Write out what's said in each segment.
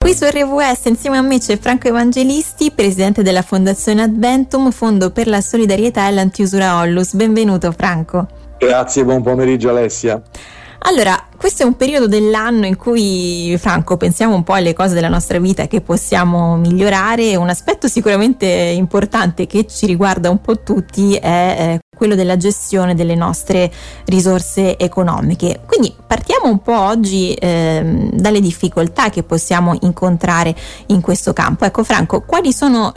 Qui su RWS insieme a me c'è Franco Evangelisti, presidente della Fondazione Adventum, Fondo per la Solidarietà e l'Antiusura Onlus. Benvenuto Franco. Grazie, buon pomeriggio Alessia. Allora, questo è un periodo dell'anno in cui, Franco, pensiamo un po' alle cose della nostra vita che possiamo migliorare. Un aspetto sicuramente importante che ci riguarda un po' tutti è quello della gestione delle nostre risorse economiche. Quindi partiamo un po' oggi dalle difficoltà che possiamo incontrare in questo campo. Ecco Franco, quali sono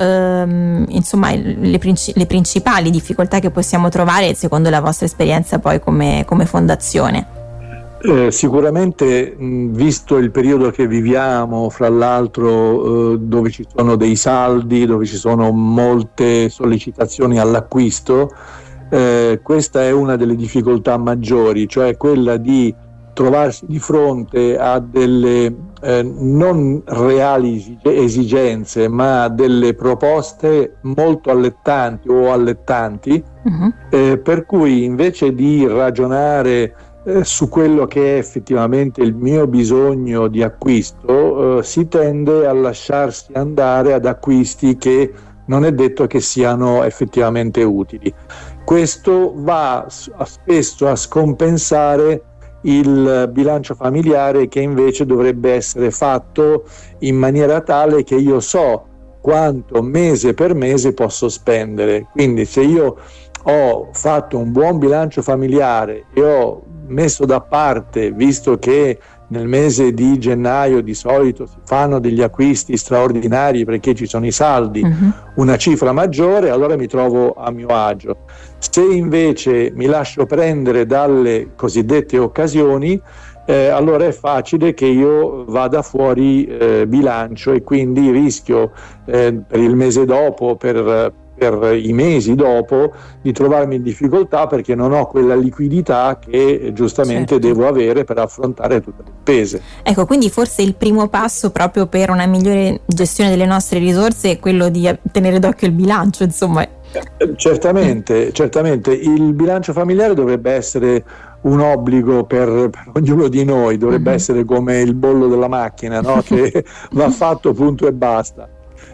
le principali difficoltà che possiamo trovare secondo la vostra esperienza poi come fondazione? Sicuramente, visto il periodo che viviamo, fra l'altro dove ci sono dei saldi, dove ci sono molte sollecitazioni all'acquisto, questa è una delle difficoltà maggiori, cioè quella di trovarsi di fronte a delle non reali esigenze, ma delle proposte molto allettanti o allettanti, per cui invece di ragionare su quello che è effettivamente il mio bisogno di acquisto, si tende a lasciarsi andare ad acquisti che non è detto che siano effettivamente utili. Questo va spesso a scompensare il bilancio familiare, che invece dovrebbe essere fatto in maniera tale che io so quanto mese per mese posso spendere. Quindi se io ho fatto un buon bilancio familiare e ho messo da parte, visto che nel mese di gennaio di solito si fanno degli acquisti straordinari perché ci sono i saldi, una cifra maggiore, allora mi trovo a mio agio. Se invece mi lascio prendere dalle cosiddette occasioni, allora è facile che io vada fuori bilancio e quindi rischio per il mese dopo, per i mesi dopo, di trovarmi in difficoltà perché non ho quella liquidità che giustamente devo avere per affrontare tutte le spese. Ecco, quindi forse il primo passo proprio per una migliore gestione delle nostre risorse è quello di tenere d'occhio il bilancio, insomma. Certamente, il bilancio familiare dovrebbe essere un obbligo per ognuno di noi, dovrebbe essere come il bollo della macchina, no? Che va fatto punto e basta,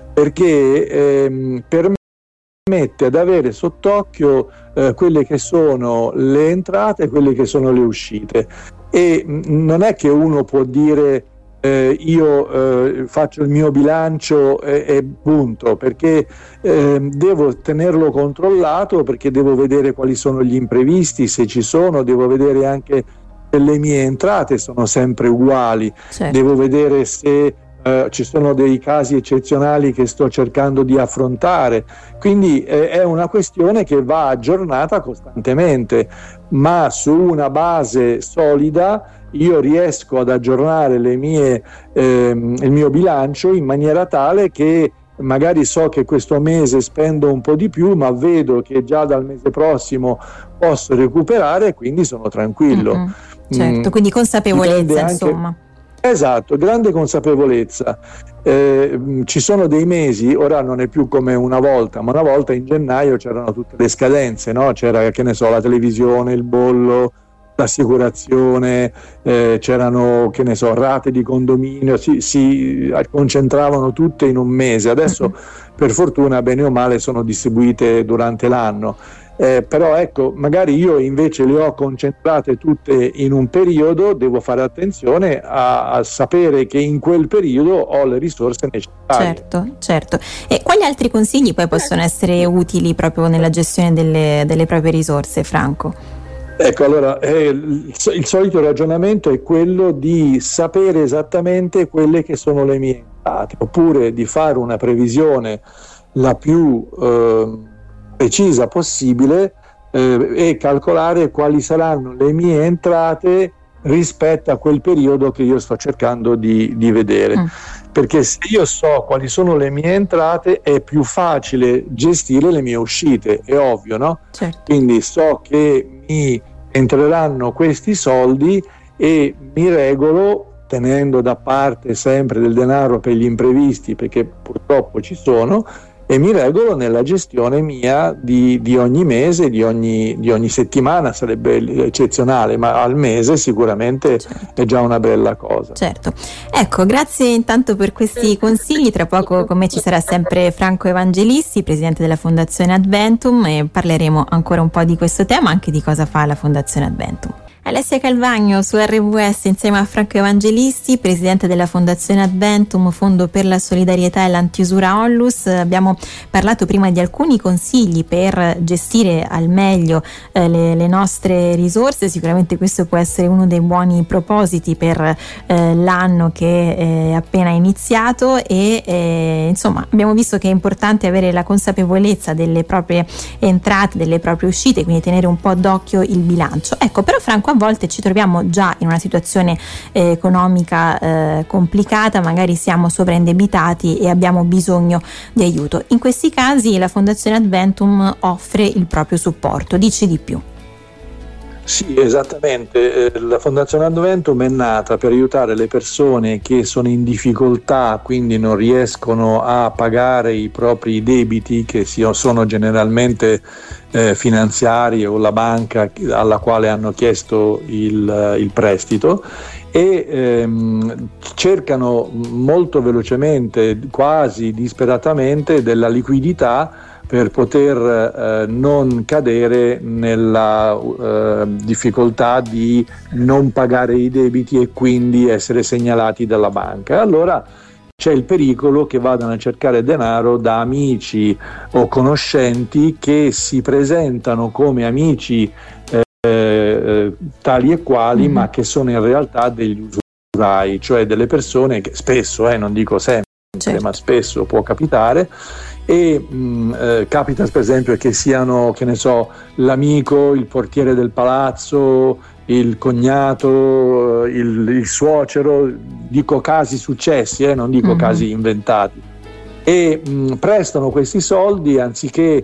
perché permette ad avere sott'occhio quelle che sono le entrate e quelle che sono le uscite, e non è che uno può dire io faccio il mio bilancio e punto, perché devo tenerlo controllato, perché devo vedere quali sono gli imprevisti, se ci sono, devo vedere anche se le mie entrate sono sempre uguali, devo vedere se ci sono dei casi eccezionali che sto cercando di affrontare. Quindi è una questione che va aggiornata costantemente, ma su una base solida io riesco ad aggiornare il mio bilancio in maniera tale che magari so che questo mese spendo un po' di più, ma vedo che già dal mese prossimo posso recuperare e quindi sono tranquillo. Certo, quindi consapevolezza, insomma. Esatto, grande consapevolezza. Ci sono dei mesi, ora non è più come una volta, ma una volta in gennaio c'erano tutte le scadenze, no? C'era, che ne so, la televisione, il bollo, l'assicurazione, c'erano, che ne so, rate di condominio, si concentravano tutte in un mese. Adesso per fortuna, bene o male, sono distribuite durante l'anno. Però ecco, magari io invece le ho concentrate tutte in un periodo, devo fare attenzione a sapere che in quel periodo ho le risorse necessarie. Certo. E quali altri consigli poi possono essere utili proprio nella gestione delle proprie risorse, Franco? Ecco, allora il solito ragionamento è quello di sapere esattamente quelle che sono le mie entrate, oppure di fare una previsione la più precisa possibile e calcolare quali saranno le mie entrate rispetto a quel periodo che io sto cercando di vedere, perché se io so quali sono le mie entrate è più facile gestire le mie uscite, è ovvio, no? Certo. Quindi so che mi entreranno questi soldi e mi regolo tenendo da parte sempre del denaro per gli imprevisti, perché purtroppo ci sono, e mi regolo nella gestione mia di ogni mese, di ogni settimana, sarebbe eccezionale, ma al mese sicuramente è già una bella cosa. Certo. Ecco, grazie intanto per questi consigli. Tra poco con me ci sarà sempre Franco Evangelisti, presidente della Fondazione Adventum, e parleremo ancora un po' di questo tema, anche di cosa fa la Fondazione Adventum. Alessia Calvagno su RWS insieme a Franco Evangelisti, presidente della Fondazione Adventum, Fondo per la Solidarietà e l'Antiusura Onlus. Abbiamo parlato prima di alcuni consigli per gestire al meglio le nostre risorse. Sicuramente questo può essere uno dei buoni propositi per l'anno che è appena iniziato, e insomma abbiamo visto che è importante avere la consapevolezza delle proprie entrate, delle proprie uscite, quindi tenere un po' d'occhio il bilancio. Ecco, però Franco, a volte ci troviamo già in una situazione economica complicata, magari siamo sovraindebitati e abbiamo bisogno di aiuto. In questi casi la Fondazione Adventum offre il proprio supporto. Dici di più. Sì, esattamente. La Fondazione Adventum è nata per aiutare le persone che sono in difficoltà, quindi non riescono a pagare i propri debiti, che sono generalmente finanziari o la banca alla quale hanno chiesto il prestito, e cercano molto velocemente, quasi disperatamente, della liquidità per poter non cadere nella difficoltà di non pagare i debiti e quindi essere segnalati dalla banca. Allora c'è il pericolo che vadano a cercare denaro da amici o conoscenti che si presentano come amici tali e quali, ma che sono in realtà degli usurai, cioè delle persone che spesso, non dico sempre, certo, ma spesso può capitare. E capita per esempio che siano, che ne so, l'amico, il portiere del palazzo, il cognato, il suocero, dico casi successi, non dico casi inventati, e prestano questi soldi anziché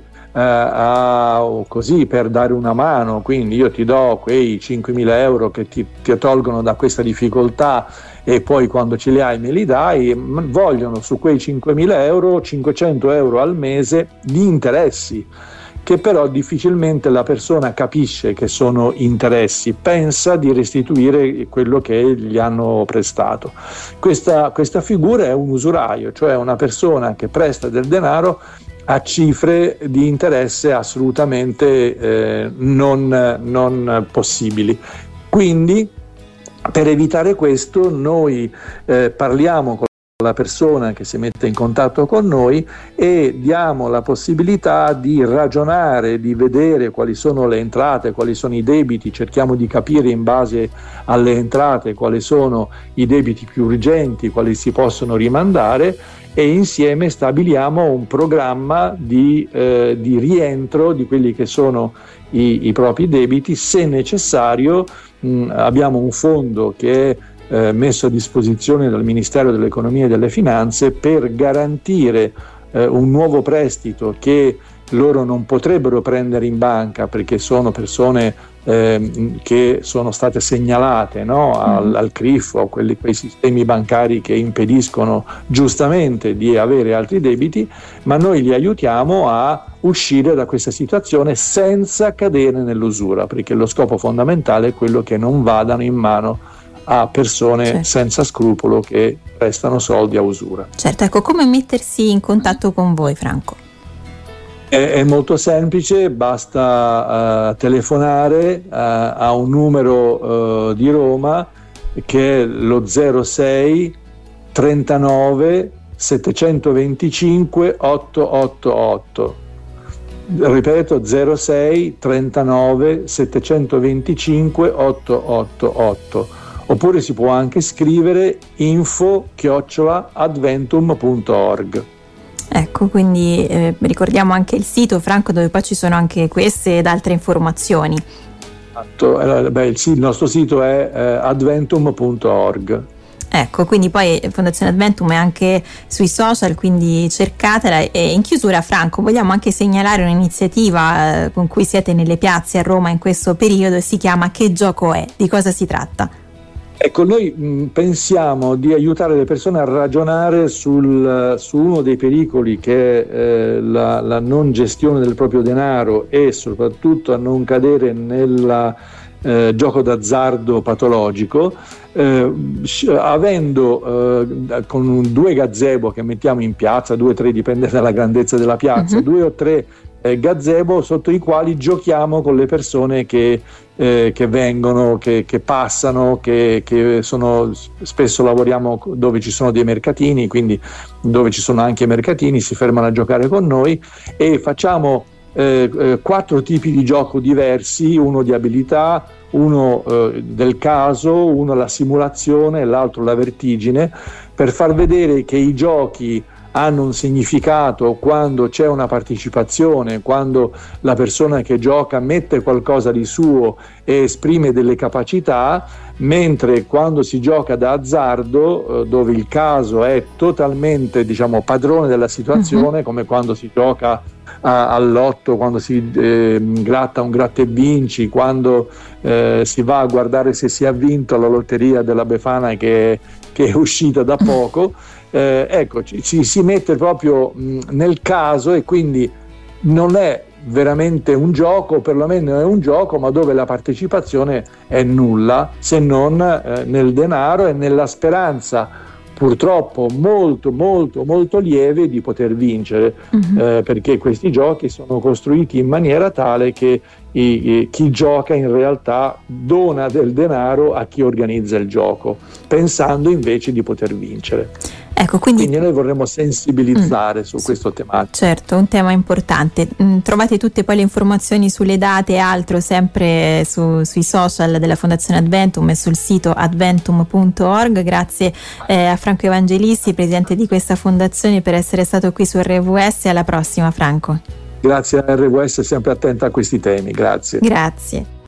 così per dare una mano, quindi io ti do quei 5.000 euro che ti tolgono da questa difficoltà e poi quando ce li hai me li dai. Vogliono su quei 5.000 euro 500 euro al mese di interessi, che però difficilmente la persona capisce che sono interessi, pensa di restituire quello che gli hanno prestato. Questa figura è un usuraio, cioè una persona che presta del denaro a cifre di interesse assolutamente non possibili. Quindi, per evitare questo, noi parliamo con la persona che si mette in contatto con noi e diamo la possibilità di ragionare, di vedere quali sono le entrate, quali sono i debiti, cerchiamo di capire in base alle entrate quali sono i debiti più urgenti, quali si possono rimandare, e insieme stabiliamo un programma di rientro di quelli che sono i propri debiti. Se necessario abbiamo un fondo che è messo a disposizione dal Ministero dell'Economia e delle Finanze per garantire un nuovo prestito che loro non potrebbero prendere in banca, perché sono persone che sono state segnalate, al CRIF o quei sistemi bancari che impediscono giustamente di avere altri debiti, ma noi li aiutiamo a uscire da questa situazione senza cadere nell'usura, perché lo scopo fondamentale è quello che non vadano in mano a persone, certo, senza scrupolo, che prestano soldi a usura. Certo, ecco, come mettersi in contatto con voi, Franco? È molto semplice, basta telefonare a un numero di Roma che è lo 06 39 725 888. Ripeto, 06 39 725 888. Oppure si può anche scrivere info@adventum.org. Ecco, quindi ricordiamo anche il sito, Franco, dove poi ci sono anche queste ed altre informazioni. Il nostro sito è adventum.org. Ecco, quindi poi Fondazione Adventum è anche sui social, quindi cercatela. E in chiusura, Franco, vogliamo anche segnalare un'iniziativa con cui siete nelle piazze a Roma in questo periodo, si chiama Che gioco è? Di cosa si tratta? Ecco, noi pensiamo di aiutare le persone a ragionare su uno dei pericoli che è la non gestione del proprio denaro e soprattutto a non cadere nel gioco d'azzardo patologico, avendo con 2 gazebo che mettiamo in piazza, 2 o 3 dipende dalla grandezza della piazza, 2 o 3 gazebo sotto i quali giochiamo con le persone che vengono, che passano, che sono, spesso lavoriamo dove ci sono dei mercatini, quindi dove ci sono anche mercatini si fermano a giocare con noi e facciamo 4 tipi di gioco diversi, uno di abilità, uno del caso, uno la simulazione e l'altro la vertigine, per far vedere che i giochi hanno un significato quando c'è una partecipazione, quando la persona che gioca mette qualcosa di suo e esprime delle capacità, mentre quando si gioca da azzardo, dove il caso è totalmente, diciamo, padrone della situazione, come quando si gioca al lotto, quando si gratta un gratta e vinci, quando si va a guardare se si è vinto alla lotteria della Befana che è uscita da poco. Ecco, si mette proprio nel caso e quindi non è veramente un gioco, perlomeno è un gioco, ma dove la partecipazione è nulla, se non nel denaro e nella speranza, purtroppo molto molto molto lieve, di poter vincere, perché questi giochi sono costruiti in maniera tale che chi gioca in realtà dona del denaro a chi organizza il gioco, pensando invece di poter vincere. Ecco, quindi noi vorremmo sensibilizzare su questo tema. Certo, un tema importante. Trovate tutte poi le informazioni sulle date e altro sempre sui social della Fondazione Adventum e sul sito adventum.org. Grazie a Franco Evangelisti, presidente di questa fondazione, per essere stato qui su RWS. Alla prossima, Franco. Grazie a RWS, sempre attenta a questi temi. Grazie.